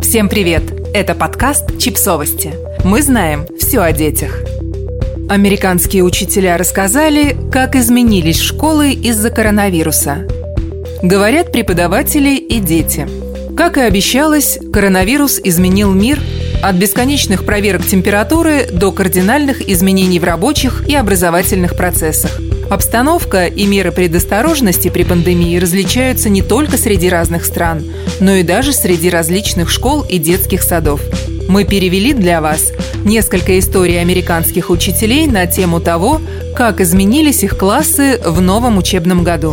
Всем привет! Это подкаст «Чипсовости». Мы знаем все о детях. Американские учителя рассказали, как изменились школы из-за коронавируса. Говорят преподаватели и дети. Как и обещалось, коронавирус изменил мир от бесконечных проверок температуры до кардинальных изменений в рабочих и образовательных процессах. Обстановка и меры предосторожности при пандемии различаются не только среди разных стран, но и даже среди различных школ и детских садов. Мы перевели для вас несколько историй американских учителей на тему того, как изменились их классы в новом учебном году.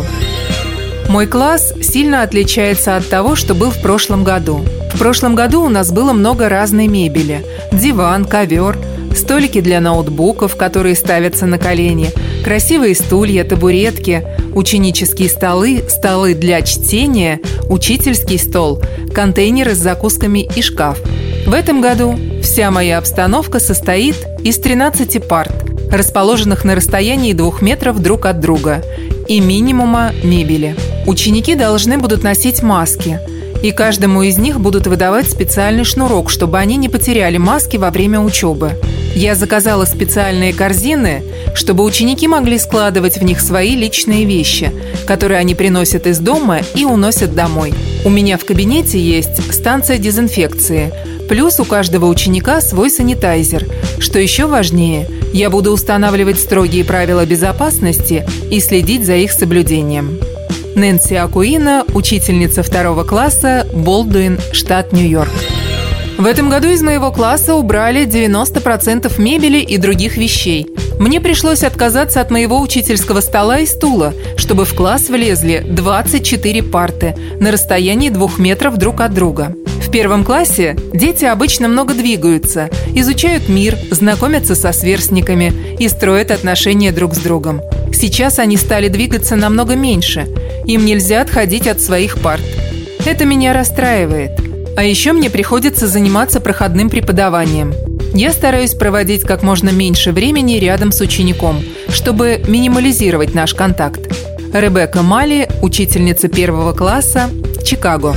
Мой класс сильно отличается от того, что был в прошлом году. В прошлом году у нас было много разной мебели: диван, ковер, столики для ноутбуков, которые ставятся на колени, красивые стулья, табуретки, ученические столы, столы для чтения, учительский стол, контейнеры с закусками и шкаф. В этом году вся моя обстановка состоит из 13 парт, расположенных на расстоянии 2 метров друг от друга, и минимума мебели. Ученики должны будут носить маски, и каждому из них будут выдавать специальный шнурок, чтобы они не потеряли маски во время учебы. Я заказала специальные корзины, чтобы ученики могли складывать в них свои личные вещи, которые они приносят из дома и уносят домой. У меня в кабинете есть станция дезинфекции, плюс у каждого ученика свой санитайзер. Что еще важнее, я буду устанавливать строгие правила безопасности и следить за их соблюдением. Нэнси Акуина, учительница 2 класса, Болдуин, штат Нью-Йорк. В этом году из моего класса убрали 90% мебели и других вещей. Мне пришлось отказаться от моего учительского стола и стула, чтобы в класс влезли 24 парты на расстоянии 2 метров друг от друга. В 1 классе дети обычно много двигаются, изучают мир, знакомятся со сверстниками и строят отношения друг с другом. Сейчас они стали двигаться намного меньше. Им нельзя отходить от своих парт. Это меня расстраивает. А еще мне приходится заниматься проходным преподаванием. Я стараюсь проводить как можно меньше времени рядом с учеником, чтобы минимализировать наш контакт. Ребекка Мали, учительница 1 класса, Чикаго.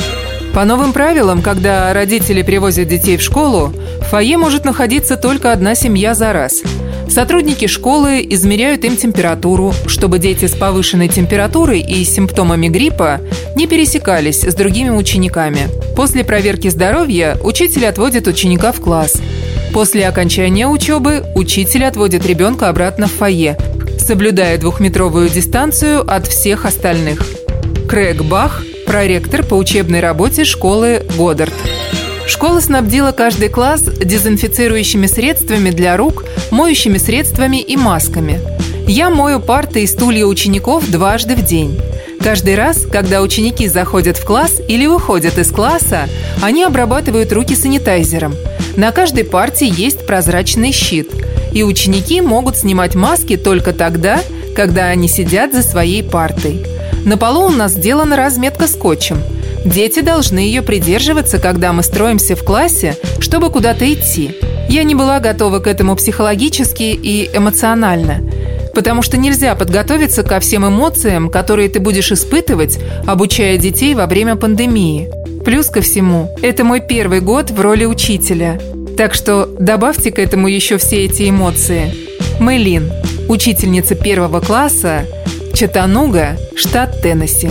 По новым правилам, когда родители привозят детей в школу, в фойе может находиться только одна семья за раз. Сотрудники школы измеряют им температуру, чтобы дети с повышенной температурой и симптомами гриппа не пересекались с другими учениками. После проверки здоровья учитель отводит ученика в класс. После окончания учебы учитель отводит ребенка обратно в фойе, соблюдая 2-метровую дистанцию от всех остальных. Крэг Бах, проректор по учебной работе школы Годдард. Школа снабдила каждый класс дезинфицирующими средствами для рук, моющими средствами и масками. Я мою парты и стулья учеников дважды в день. Каждый раз, когда ученики заходят в класс или выходят из класса, они обрабатывают руки санитайзером. На каждой парте есть прозрачный щит, и ученики могут снимать маски только тогда, когда они сидят за своей партой. На полу у нас сделана разметка скотчем. Дети должны ее придерживаться, когда мы строимся в классе, чтобы куда-то идти. Я не была готова к этому психологически и эмоционально, потому что нельзя подготовиться ко всем эмоциям, которые ты будешь испытывать, обучая детей во время пандемии. Плюс ко всему, это мой 1 год в роли учителя. Так что добавьте к этому еще все эти эмоции. Мэйлин, учительница 1 класса, Чаттануга, штат Теннесси.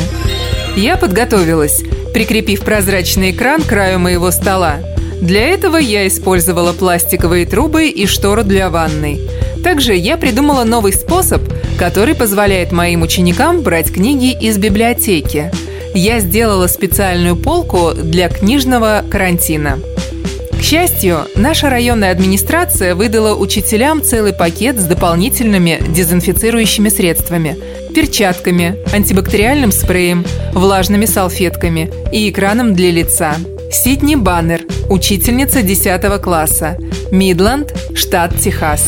Я подготовилась, прикрепив прозрачный экран к краю моего стола. Для этого я использовала пластиковые трубы и штору для ванной. Также я придумала новый способ, который позволяет моим ученикам брать книги из библиотеки. Я сделала специальную полку для книжного карантина. К счастью, наша районная администрация выдала учителям целый пакет с дополнительными дезинфицирующими средствами, перчатками, антибактериальным спреем, влажными салфетками и экраном для лица. Сидни Баннер, учительница 10 класса, Мидланд, штат Техас.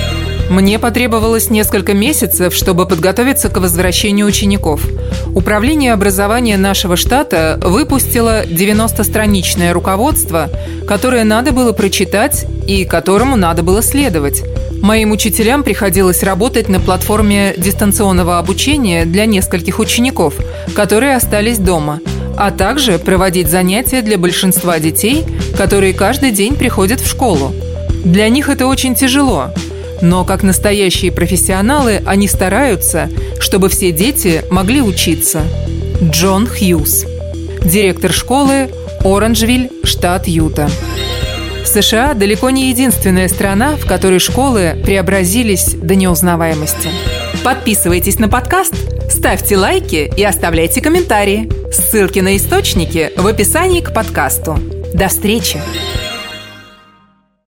Мне потребовалось несколько месяцев, чтобы подготовиться к возвращению учеников. Управление образования нашего штата выпустило 90-страничное руководство, которое надо было прочитать и которому надо было следовать. Моим учителям приходилось работать на платформе дистанционного обучения для нескольких учеников, которые остались дома, а также проводить занятия для большинства детей, которые каждый день приходят в школу. Для них это очень тяжело, но как настоящие профессионалы они стараются, чтобы все дети могли учиться. Джон Хьюз, директор школы Оранжвиль, штат Юта. США далеко не единственная страна, в которой школы преобразились до неузнаваемости. Подписывайтесь на подкаст, ставьте лайки и оставляйте комментарии. Ссылки на источники в описании к подкасту. До встречи!